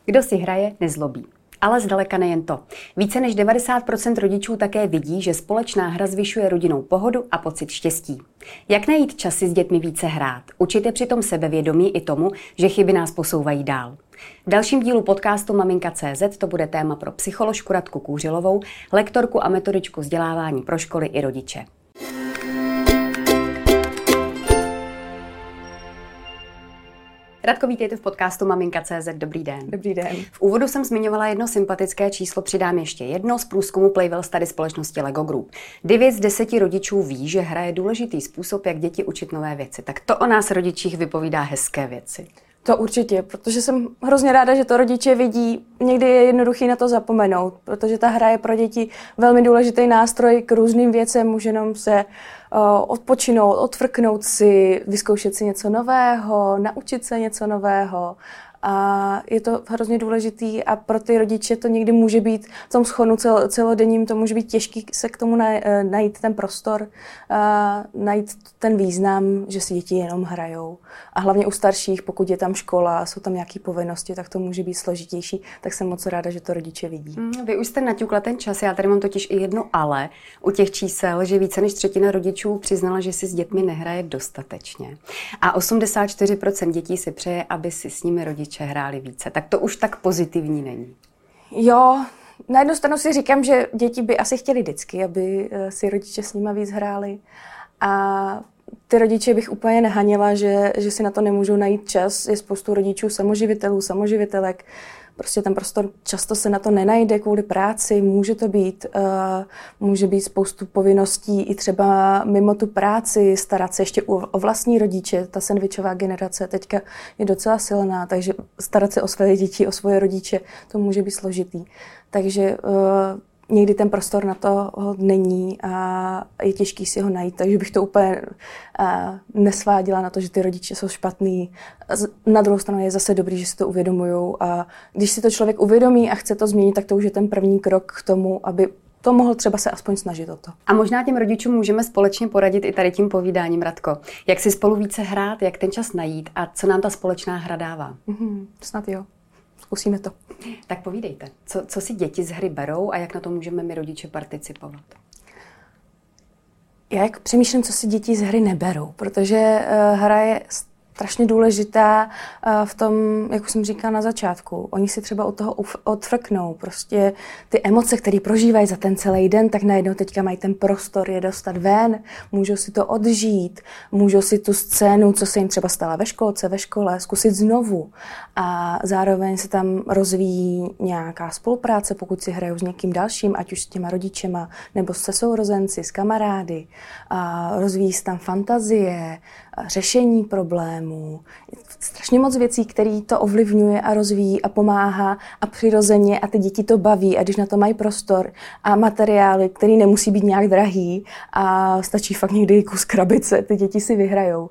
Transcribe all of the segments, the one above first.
Kdo si hraje, nezlobí. Ale zdaleka nejen to. Více než 90% rodičů také vidí, že společná hra zvyšuje rodinnou pohodu a pocit štěstí. Jak najít čas si s dětmi více hrát? Učit je přitom sebevědomí i tomu, že chyby nás posouvají dál. V dalším dílu podcastu Maminka.cz to bude téma pro psycholožku Radku Kůřilovou, lektorku a metodičku vzdělávání pro školy i rodiče. Radko, vítejte v podcastu Maminka.cz. Dobrý den. Dobrý den. V úvodu jsem zmiňovala jedno sympatické číslo, přidám ještě jedno z průzkumu Playvel Study společnosti Lego Group. 9 z 10 rodičů ví, že hra je důležitý způsob, jak děti učit nové věci. Tak to o nás rodičích vypovídá hezké věci. To určitě, protože jsem hrozně ráda, že to rodiče vidí. Někdy je jednoduchý na to zapomenout, protože ta hra je pro děti velmi důležitý nástroj k různým věcem. Může jenom se odpočinout, odfrknout si, vyzkoušet si něco nového, naučit se něco nového. A je to hrozně důležitý a pro ty rodiče to někdy může být v tom schonu celodenním, to může být těžký se k tomu najít ten prostor, najít ten význam, že si děti jenom hrajou. A hlavně u starších, pokud je tam škola, jsou tam nějaké povinnosti, tak to může být složitější, tak jsem moc ráda, že to rodiče vidí. Vy už jste naťukla ten čas, já tady mám totiž i jedno ale u těch čísel, že více než třetina rodičů přiznala, že si s dětmi nehraje dostatečně. A 84% dětí si přeje, aby si s nimi rodiče hráli více. Tak to už tak pozitivní není. Jo, na jednu stranu si říkám, že děti by asi chtěli vždycky, aby si rodiče s nimi víc hráli. A ty rodiče bych úplně nehanila, že si na to nemůžou najít čas. Je spoustu rodičů samoživitelů, samoživitelek. Prostě ten prostor často se na to nenajde kvůli práci, může být spoustu povinností i třeba mimo tu práci, starat se ještě o vlastní rodiče. Ta sendvičová generace teďka je docela silná, takže starat se o své děti, o svoje rodiče, to může být složitý. Takže někdy ten prostor na to není a je těžký si ho najít, takže bych to úplně nesváděla na to, že ty rodiče jsou špatný. Na druhou stranu je zase dobrý, že si to uvědomujou a když si to člověk uvědomí a chce to změnit, tak to už je ten první krok k tomu, aby to mohl třeba se aspoň snažit o to. A možná těm rodičům můžeme společně poradit i tady tím povídáním, Radko. Jak si spolu více hrát, jak ten čas najít a co nám ta společná hra dává? Snad jo. Zkusíme to. Tak povídejte, co si děti z hry berou a jak na to můžeme my rodiče participovat? Já jak přemýšlím, co si děti z hry neberou, protože hra je strašně důležitá v tom, jak už jsem říkala na začátku. Oni si třeba od toho odfrknou. Prostě ty emoce, které prožívají za ten celý den, tak najednou teďka mají ten prostor je dostat ven, můžou si to odžít, můžou si tu scénu, co se jim třeba stala ve školce, ve škole, zkusit znovu. A zároveň se tam rozvíjí nějaká spolupráce, pokud si hrajou s někým dalším, ať už s těma rodičema, nebo se sourozenci, s kamarády. A rozvíjí se tam fantazie, řešení problémů. Strašně moc věcí, které to ovlivňuje a rozvíjí a pomáhá a přirozeně a ty děti to baví a když na to mají prostor a materiály, které nemusí být nějak drahý a stačí fakt někdy kus krabice, ty děti si vyhrajou.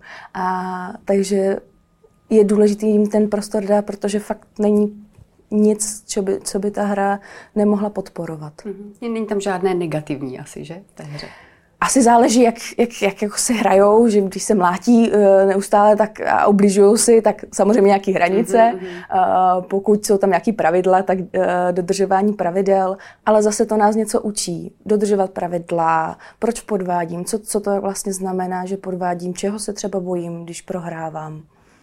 A takže je důležitý jim ten prostor dát, protože fakt není nic, co by ta hra nemohla podporovat. Není tam žádné negativní asi, že, v té hře? Asi záleží, jak se hrajou, že když se mlátí neustále tak a ubližují si, tak samozřejmě nějaké hranice. Pokud jsou tam nějaké pravidla, tak dodržování pravidel, ale zase to nás něco učí. Dodržovat pravidla, proč podvádím, co to vlastně znamená, že podvádím, čeho se třeba bojím, když prohrávám.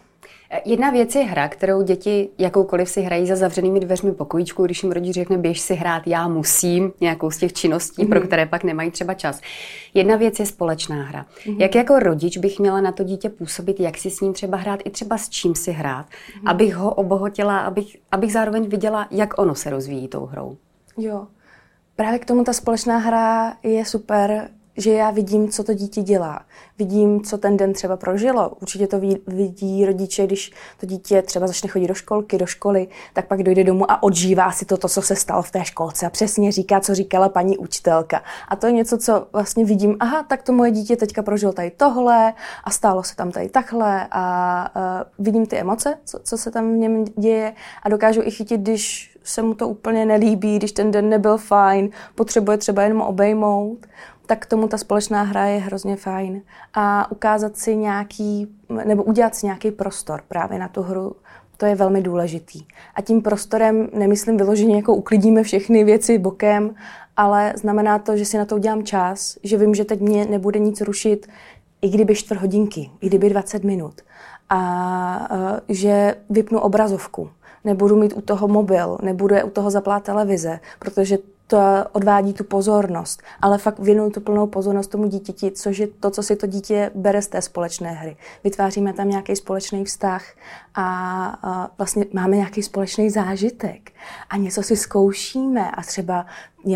Jedna věc je hra, kterou děti jakoukoliv si hrají za zavřenými dveřmi pokojíčku, když jim rodič řekne běž si hrát, já musím, nějakou z těch činností, pro které pak nemají třeba čas. Jedna věc je společná hra. Jak jako rodič bych měla na to dítě působit, jak si s ním třeba hrát, i třeba s čím si hrát, abych ho obohotila, abych zároveň viděla, jak ono se rozvíjí tou hrou. Jo, právě k tomu ta společná hra je super, že já vidím, co to dítě dělá. Vidím, co ten den třeba prožilo. Určitě to vidí rodiče, když to dítě třeba začne chodit do školky, do školy, tak pak dojde domů a odžívá si to, co se stalo v té školce a přesně říká, co říkala paní učitelka. A to je něco, co vlastně vidím, aha, tak to moje dítě teďka prožilo tady tohle a stálo se tam tady takhle a vidím ty emoce, co se tam v něm děje a dokážu i chytit, když se mu to úplně nelíbí, když ten den nebyl fajn, potřebuje třeba jenom obejmout. tak k tomu ta společná hra je hrozně fajn. A ukázat si nějaký, nebo udělat si nějaký prostor právě na tu hru, To je velmi důležitý. A tím prostorem nemyslím vyloženě, jako uklidíme všechny věci bokem, ale znamená to, že si na to udělám čas, že vím, že teď mě nebude nic rušit, i kdyby 4 hodinky, i kdyby 20 minut. A že vypnu obrazovku. Nebudu mít u toho mobil, nebudu u toho zaplat televize, protože to odvádí tu pozornost, ale fakt věnuju tu plnou pozornost tomu dítěti, což je to, co si to dítě bere z té společné hry. Vytváříme tam nějaký společný vztah a vlastně máme nějaký společný zážitek a něco si zkoušíme a třeba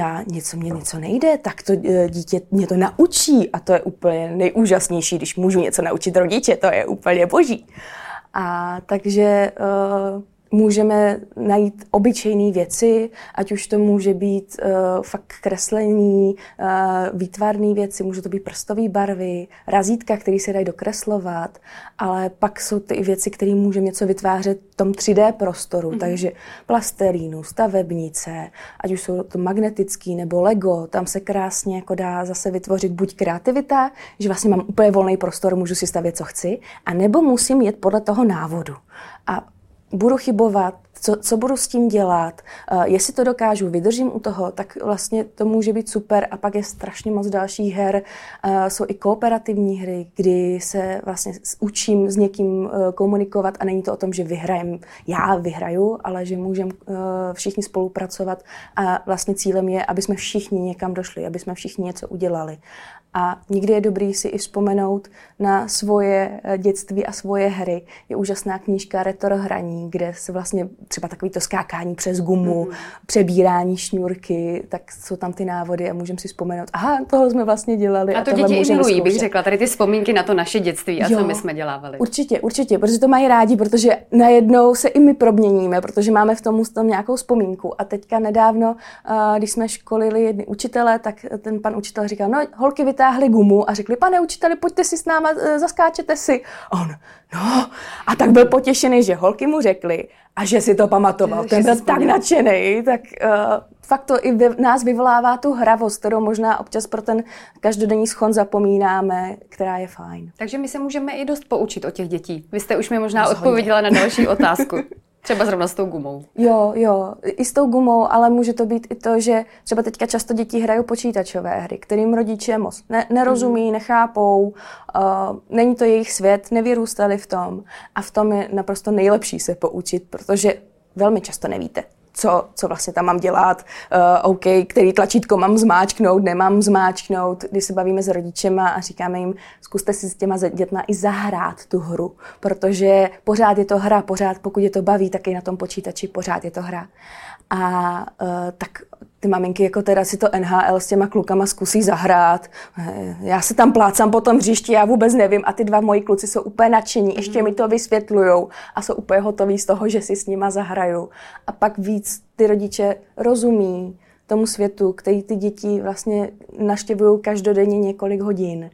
mě něco nejde, tak to dítě mě to naučí a to je úplně nejúžasnější, když můžu něco naučit rodiče, to je úplně boží. A takže můžeme najít obyčejné věci, ať už to může být fakt kreslení, výtvarné věci, může to být prstové barvy, razítka, které se dají dokreslovat, ale pak jsou ty věci, které můžeme něco vytvářet v tom 3D prostoru, takže plastelínu, stavebnice, ať už jsou to magnetický nebo Lego, tam se krásně jako dá zase vytvořit buď kreativita, že vlastně mám úplně volný prostor, můžu si stavět, co chci, a nebo musím jet podle toho návodu. A budu chybovat, co budu s tím dělat, jestli to dokážu, vydržím u toho, tak vlastně to může být super a pak je strašně moc dalších her. Jsou i kooperativní hry, kdy se vlastně učím s někým komunikovat a není to o tom, že já vyhraju, ale že můžeme všichni spolupracovat a vlastně cílem je, aby jsme všichni někam došli, aby jsme všichni něco udělali. A někdy je dobrý si i vzpomenout na svoje dětství a svoje hry. Je úžasná knížka Retro hraní, kde se vlastně třeba takový to skákání přes gumu, přebírání šňůrky, tak jsou tam ty návody a můžeme si vzpomenout, tohle jsme vlastně dělali. A to děti i milují, bych řekla, tady ty vzpomínky na to naše dětství a co my jsme dělávali. Určitě, protože to mají rádi, protože najednou se i my proměníme, protože máme v tom nějakou vzpomínku. A teďka nedávno, když jsme školili jedny učitele, tak ten pan učitel říkal, holky vytáhli gumu a řekli, pane učiteli, pojďte si s náma, zaskáčete si. A on, a tak byl potěšený, že holky mu řekli a že si to pamatoval. Ten byl tak nadšený, tak fakt to i nás vyvolává tu hravost, kterou možná občas pro ten každodenní schon zapomínáme, která je fajn. Takže my se můžeme i dost poučit od těch dětí. Vy jste už mi možná odpověděla na další otázku. Třeba zrovna s tou gumou. Jo, i s tou gumou, ale může to být i to, že třeba teďka často děti hrajou počítačové hry, kterým rodiče moc nerozumí, nechápou, není to jejich svět, nevyrůstali v tom a v tom je naprosto nejlepší se poučit, protože velmi často nevíte, co vlastně tam mám dělat, který tlačítko mám zmáčknout, nemám zmáčknout, když se bavíme s rodičema a říkáme jim, zkuste si s těma dětma i zahrát tu hru, protože pořád je to hra, pořád pokud je to baví, tak i na tom počítači pořád je to hra. A tak ty maminky jako teda si to NHL s těma klukama zkusí zahrát. Já se tam plácám po tom hřišti, já vůbec nevím a ty 2 moji kluci jsou úplně nadšení, ještě mi to vysvětlujou a jsou úplně hotoví z toho, že si s nima zahraju. A pak víc ty rodiče rozumí tomu světu, který ty děti vlastně navštěvují každodenně několik hodin.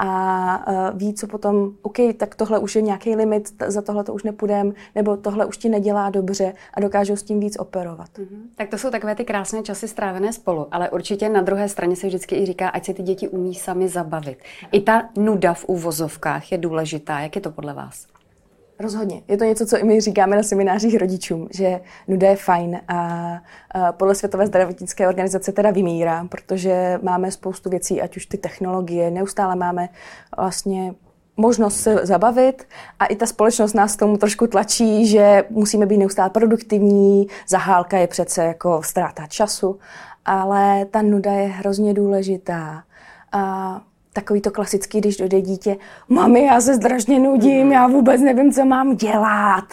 A ví, co potom, tak tohle už je nějaký limit, za tohle to už nepůjdem, nebo tohle už ti nedělá dobře a dokážou s tím víc operovat. Tak to jsou takové ty krásné časy strávené spolu, ale určitě na druhé straně se vždycky i říká, ať se ty děti umí sami zabavit. I ta nuda v uvozovkách je důležitá. Jak je to podle vás? Rozhodně. Je to něco, co i my říkáme na seminářích rodičům, že nuda je fajn a podle Světové zdravotnické organizace teda vymírá, protože máme spoustu věcí, ať už ty technologie, neustále máme vlastně možnost se zabavit a i ta společnost nás k tomu trošku tlačí, že musíme být neustále produktivní, zahálka je přece jako ztráta času, ale ta nuda je hrozně důležitá. Takový to klasický, když dojde dítě, mami, já se strašně nudím, já vůbec nevím, co mám dělat.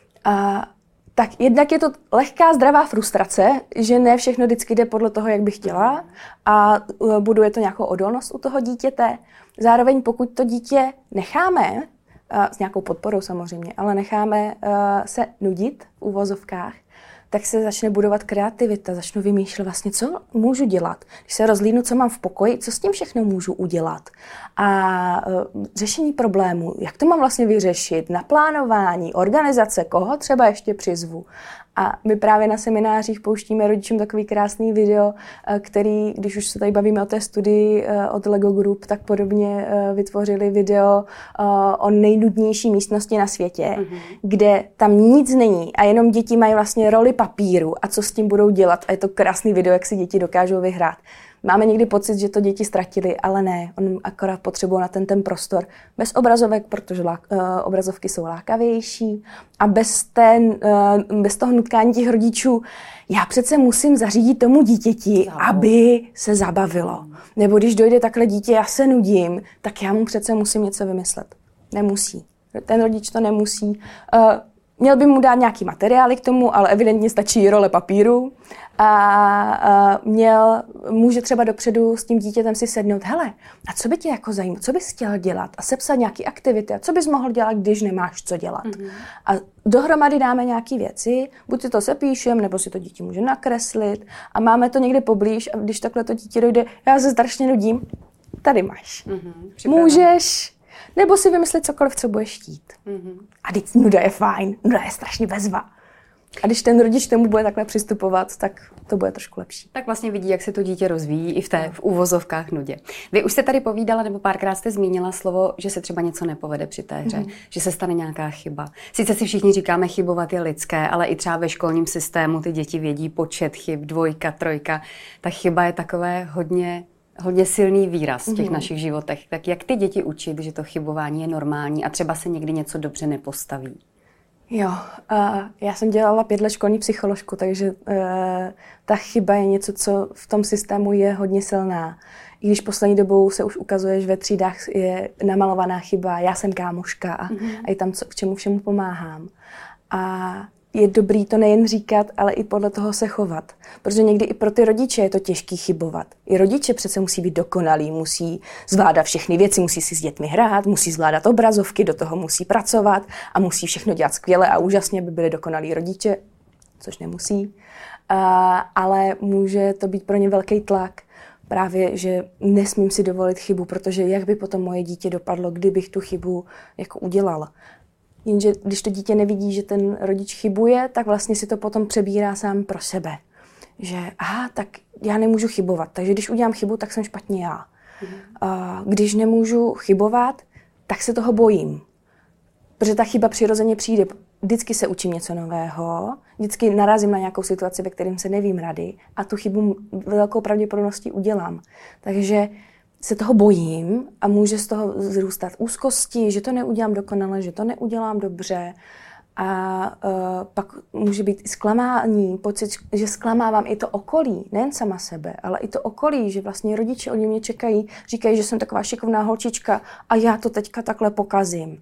Tak jednak je to lehká, zdravá frustrace, že ne všechno vždycky jde podle toho, jak bych chtěla a buduje to nějakou odolnost u toho dítěte. Zároveň pokud to dítě necháme, s nějakou podporou samozřejmě, ale necháme se nudit v uvozovkách, tak se začne budovat kreativita, začnu vymýšlet vlastně, co můžu dělat. Když se rozhlídnu, co mám v pokoji, co s tím všechno můžu udělat. A řešení problémů, jak to mám vlastně vyřešit, naplánování, organizace, koho třeba ještě přizvu. A my právě na seminářích pouštíme rodičům takový krásný video, který, když už se tady bavíme o té studii od Lego Group, tak podobně vytvořili video o nejnudnější místnosti na světě, kde tam nic není a jenom děti mají vlastně roli papíru a co s tím budou dělat. A je to krásný video, jak si děti dokážou vyhrát. Máme někdy pocit, že to děti ztratili, ale ne. On akorát potřebují na ten prostor bez obrazovek, protože obrazovky jsou lákavější a bez toho nutkání těch rodičů. Já přece musím zařídit tomu dítěti, aby se zabavilo. Nebo když dojde takhle dítě, já se nudím, tak já mu přece musím něco vymyslet. Nemusí. Ten rodič to nemusí. Měl by mu dát nějaký materiály k tomu, ale evidentně stačí role papíru. A může třeba dopředu s tím dítětem si sednout, hele, a co by tě jako zajímalo, co bys chtěl dělat a sepsat nějaké aktivity a co bys mohl dělat, když nemáš co dělat. A dohromady dáme nějaké věci, buď si to sepíšem, nebo si to dítě může nakreslit a máme to někde poblíž a když takhle to dítě dojde, já se strašně nudím, tady máš. Můžeš, nebo si vymyslet cokoliv, co budeš chtít. A teď nuda je fajn, nuda je strašně bezva. A když ten rodič k tomu bude takhle přistupovat, tak to bude trošku lepší. Tak vlastně vidí, jak se to dítě rozvíjí i v úvozovkách nudě. Vy už jste tady povídala, nebo párkrát jste zmínila slovo, že se třeba něco nepovede při té hře, že se stane nějaká chyba. Sice si všichni říkáme, chybovat je lidské, ale i třeba ve školním systému ty děti vědí počet chyb, 2, 3. Ta chyba je takové hodně silný výraz v těch našich životech. Tak jak ty děti učit, že to chybování je normální a třeba se někdy něco dobře nepostaví? Jo, já jsem dělala 5 let školní psycholožku, takže ta chyba je něco, co v tom systému je hodně silná. I když poslední dobou se už ukazuje, že ve třídách je namalovaná chyba, já jsem kámoška a je tam k čemu všemu pomáhám. A je dobrý to nejen říkat, ale i podle toho se chovat. Protože někdy i pro ty rodiče je to těžký chybovat. I rodiče přece musí být dokonalí, musí zvládat všechny věci, musí si s dětmi hrát, musí zvládat obrazovky, do toho musí pracovat a musí všechno dělat skvěle a úžasně, aby byli dokonalí rodiče, což nemusí. Ale může to být pro ně velký tlak. Právě, že nesmím si dovolit chybu, protože jak by potom moje dítě dopadlo, kdybych tu chybu jako udělala. Jenže když to dítě nevidí, že ten rodič chybuje, tak vlastně si to potom přebírá sám pro sebe. Že tak já nemůžu chybovat, takže když udělám chybu, tak jsem špatně já. Když nemůžu chybovat, tak se toho bojím. Protože ta chyba přirozeně přijde. Vždycky se učím něco nového, vždycky narazím na nějakou situaci, ve kterém se nevím rady a tu chybu velkou pravděpodobností udělám. Takže se toho bojím a může z toho zrůstat úzkosti, že to neudělám dokonale, že to neudělám dobře a pak může být i zklamání, pocit, že zklamávám i to okolí, nejen sama sebe, ale i to okolí, že vlastně rodiče od mě čekají, říkají, že jsem taková šikovná holčička a já to teďka takhle pokazím.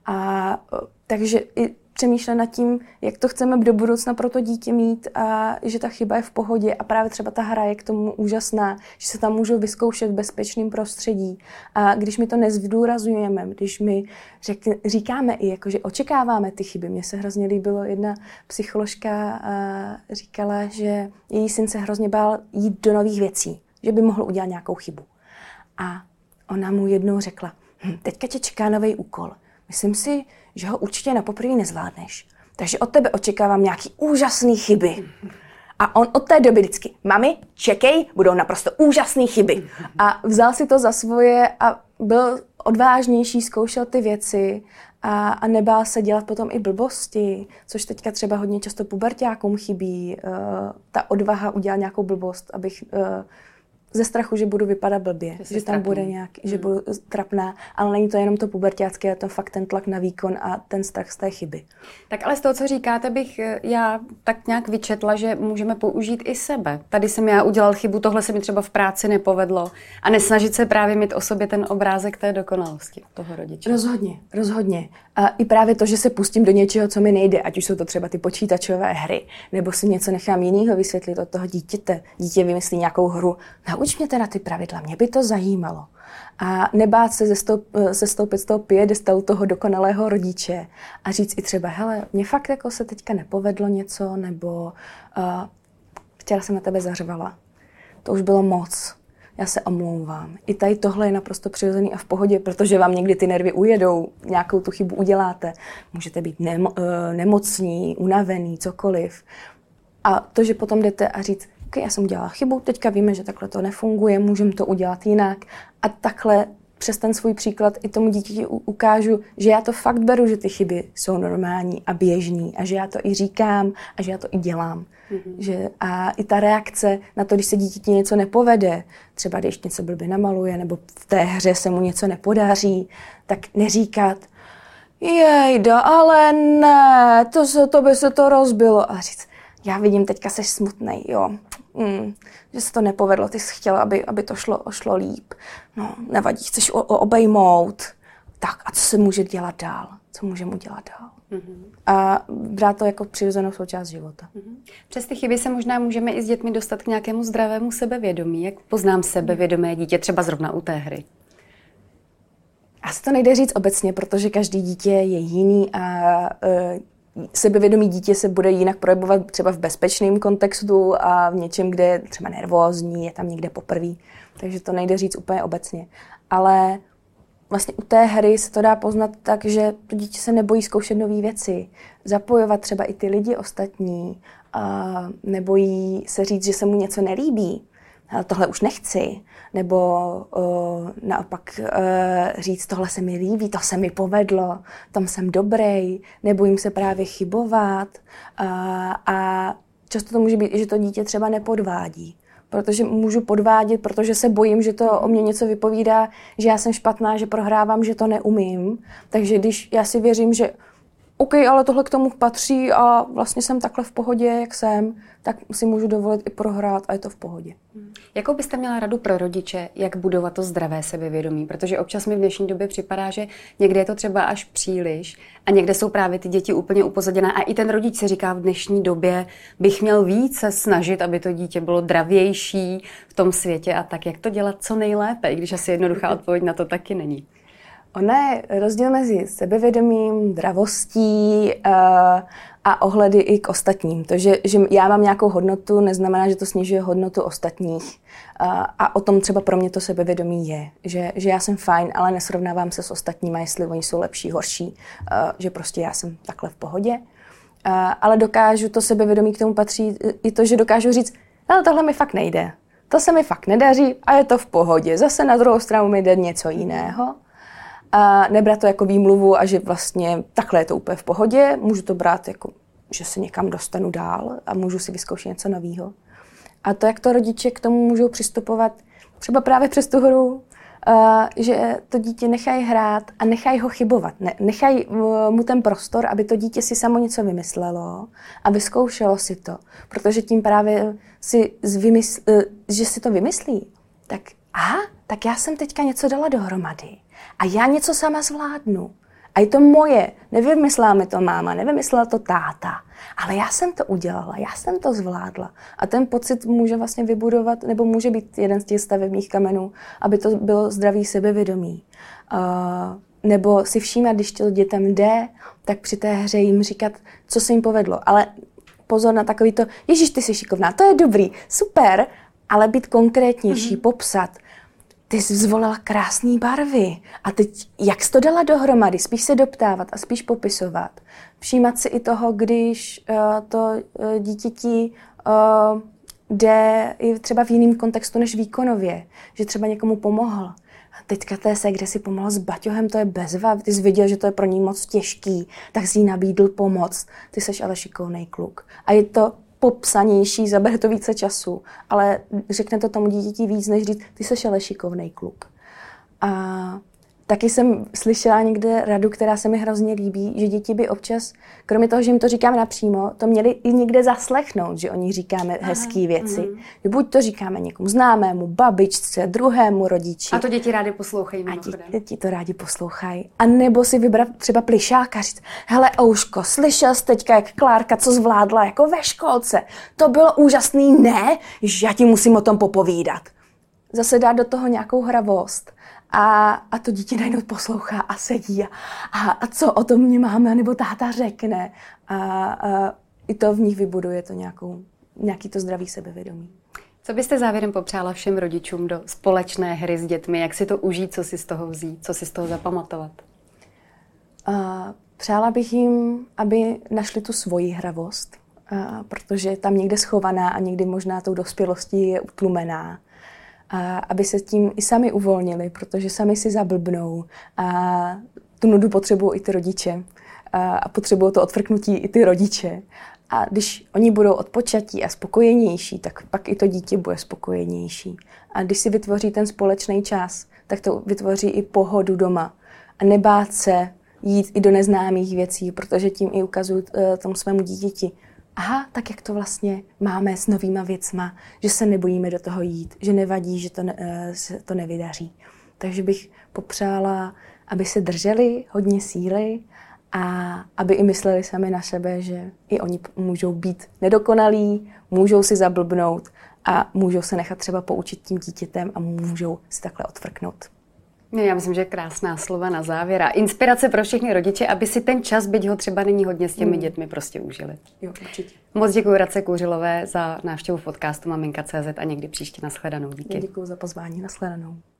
Takže i přemýšlet nad tím, jak to chceme do budoucna pro to dítě mít a že ta chyba je v pohodě a právě třeba ta hra je k tomu úžasná, že se tam můžou vyzkoušet v bezpečném prostředí. A když my to nezdůrazňujeme, když my říkáme i, jako, že očekáváme ty chyby. Mně se hrozně líbilo, jedna psycholožka říkala, že její syn se hrozně bál jít do nových věcí, že by mohl udělat nějakou chybu. A ona mu jednou řekla, teďka tě čeká nový úkol. Myslím si, že ho určitě na poprvé nezvládneš. Takže od tebe očekávám nějaký úžasný chyby. A on od té doby vždycky, mami, čekej, budou naprosto úžasný chyby. A vzal si to za svoje a byl odvážnější, zkoušel ty věci a nebál se dělat potom i blbosti, což teďka třeba hodně často puberťákům chybí. Ta odvaha udělat nějakou blbost, abych ze strachu, že budu vypadat blbě, že tam bude nějaký, že budu trapná, ale není to jenom to puberťácké, je to fakt ten tlak na výkon a ten strach z té chyby. Tak ale z toho, co říkáte, bych já tak nějak vyčetla, že můžeme použít i sebe. Tady jsem já udělal chybu, tohle se mi třeba v práci nepovedlo a nesnažit se právě mít o sobě ten obrázek té dokonalosti toho rodiče. Rozhodně. A i právě to, že se pustím do něčeho, co mi nejde, ať už jsou to třeba ty počítačové hry, nebo si něco nechám jinýho vysvětlit od toho dítěte. Dítě vymyslí nějakou hru. Nauč mě teda ty pravidla, mě by to zajímalo. A nebát se sestoupit z toho piedestalu toho dokonalého rodiče a říct i třeba, hele, mě fakt jako se teďka nepovedlo něco, nebo včera jsem na tebe zařvala. To už bylo moc. já se omlouvám. I tady tohle je naprosto přirozený a v pohodě, protože vám někdy ty nervy ujedou, nějakou tu chybu uděláte. Můžete být nemocní, unavený, cokoliv. A to, že potom jdete a říct, OK, já jsem udělala chybu, teďka víme, že takhle to nefunguje, můžeme to udělat jinak. A takhle přes ten svůj příklad i tomu dítěti ukážu, že já to fakt beru, že ty chyby jsou normální a běžný a že já to i říkám a že já to i dělám. A i ta reakce na to, když se dítěti něco nepovede, třeba když něco blbě namaluje nebo v té hře se mu něco nepodaří, tak neříkat jejda, ale ne, to by se to rozbilo. A říct, já vidím, teďka seš smutnej, jo. Že se to nepovedlo, ty jsi chtěla, aby to šlo líp. No, nevadí, chceš obejmout. Tak a co se může dělat dál? Co můžeme udělat dál? A brát to jako přirozenou součást života. Přes ty chyby se možná můžeme i s dětmi dostat k nějakému zdravému sebevědomí. Jak poznám sebevědomé dítě, třeba zrovna u té hry? Asi to nejde říct obecně, protože každý dítě je jiný a sebevědomý dítě se bude jinak projevovat třeba v bezpečném kontextu a v něčem, kde je třeba nervózní, je tam někde poprvé. Takže to nejde říct úplně obecně. Ale vlastně u té hry se to dá poznat tak, že to dítě se nebojí zkoušet nové věci. Zapojovat třeba i ty lidi ostatní. Nebojí se říct, že se mu něco nelíbí. Tohle už nechci. Nebo naopak říct, tohle se mi líbí, to se mi povedlo, tam jsem dobrý, nebojím se právě chybovat. A často to může být i, že to dítě třeba nepodvádí. Protože můžu podvádět, protože se bojím, že to o mě něco vypovídá, že já jsem špatná, že prohrávám, že to neumím. Takže když já si věřím, že OK, ale tohle k tomu patří a vlastně jsem takhle v pohodě, jak jsem, tak si můžu dovolit i prohrát a je to v pohodě. Jakou byste měla radu pro rodiče, jak budovat to zdravé sebevědomí? Protože občas mi v dnešní době připadá, že někde je to třeba až příliš a někde jsou právě ty děti úplně upozaděné a i ten rodič si říká v dnešní době bych měl více snažit, aby to dítě bylo dravější v tom světě a tak. Jak to dělat co nejlépe, i když asi jednoduchá odpověď na to taky není. Ono je rozdíl mezi sebevědomím, dravostí a ohledy i k ostatním. To, že já mám nějakou hodnotu, neznamená, že to snižuje hodnotu ostatních. A o tom třeba pro mě to sebevědomí je. Že já jsem fajn, ale nesrovnávám se s ostatníma, jestli oni jsou lepší, horší. Že prostě já jsem takhle v pohodě. Ale dokážu, to sebevědomí k tomu patří i to, že dokážu říct, no tohle mi fakt nejde. To se mi fakt nedaří a je to v pohodě. Zase na druhou stranu mi jde něco jiného. A nebrat to jako výmluvu a že vlastně takhle je to úplně v pohodě. Můžu to brát jako, že se někam dostanu dál a můžu si vyzkoušet něco nového. A to, jak to rodiče k tomu můžou přistupovat, třeba právě přes tu hru, že to dítě nechají hrát a nechají ho chybovat. Nechají mu ten prostor, aby to dítě si samo něco vymyslelo a vyzkoušelo si to. Protože tím právě že si to vymyslí, tak já jsem teďka něco dala dohromady. A já něco sama zvládnu. A je to moje. Nevymyslela mi to máma, nevymyslela to táta. Ale já jsem to udělala, já jsem to zvládla. A ten pocit může vlastně vybudovat, nebo může být jeden z těch stavebních kamenů, aby to bylo zdravý sebevědomí. Nebo si všímat, když to dětem jde, tak při té hře jim říkat, co se jim povedlo. Ale pozor na takový to, Ježíš, ty jsi šikovná, to je dobrý, super, ale být konkrétnější, popsat. Ty jsi zvolila krásné barvy. A teď, jak jsi to dala dohromady? Spíš se doptávat a spíš popisovat. Všímat si i toho, když to dítěti jde i třeba v jiném kontextu než výkonově. Že třeba někomu pomohl. Teďka té se, kde si pomohl s baťohem, to je bezva. Ty jsi viděl, že to je pro ní moc těžký, tak jsi jí nabídl pomoc. Ty seš ale šikovnej kluk. A je to popsanější, zabere to více času, ale řekne to tomu dítěti víc, než říct, ty seš ale šikovnej kluk. A taky jsem slyšela někde radu, která se mi hrozně líbí, že děti by občas, kromě toho, že jim to říkáme napřímo, to měli i někde zaslechnout, že o nich říkáme hezký věci. Že buď to říkáme někomu známému, babičce, druhému rodiči. A to děti rádi poslouchají. A děti to rádi poslouchají. A nebo si vybrat třeba plišáka, říct, hele Ouško, slyšel jsi teďka, jak Klárka co zvládla jako ve školce. To bylo úžasný, ne? Že já ti musím o tom popovídat. Zase dát do toho nějakou hravost. A to dítě najednou poslouchá a sedí a co o tom mě máma nebo táta řekne. A i to v nich vybuduje to nějaký to zdravý sebevědomí. Co byste závěrem popřála všem rodičům do společné hry s dětmi? Jak si to užít, co si z toho vzít, co si z toho zapamatovat? Přála bych jim, aby našli tu svoji hravost, protože je tam někde schovaná a někdy možná tou dospělostí je utlumená. A aby se tím i sami uvolnili, protože sami si zablbnou a tu nudu potřebují i ty rodiče a potřebují to odfrknutí i ty rodiče. A když oni budou odpočatí a spokojenější, tak pak i to dítě bude spokojenější. A když si vytvoří ten společný čas, tak to vytvoří i pohodu doma. A nebát se jít i do neznámých věcí, protože tím i ukazuju tomu svému dítěti. Aha, tak jak to vlastně máme s novýma věcma, že se nebojíme do toho jít, že nevadí, že se to nevydaří. Takže bych popřála, aby se drželi hodně síly a aby i mysleli sami na sebe, že i oni můžou být nedokonalí, můžou si zablbnout a můžou se nechat třeba poučit tím dítětem a můžou si takhle odfrknout. Já myslím, že krásná slova na závěr a inspirace pro všechny rodiče, aby si ten čas, byť ho třeba není hodně s těmi dětmi, prostě užili. Jo, určitě. Moc děkuji Radce Kouřilové za návštěvu podcastu Maminka.cz a někdy příště. Nashledanou. Díky. Děkuji za pozvání. Nashledanou.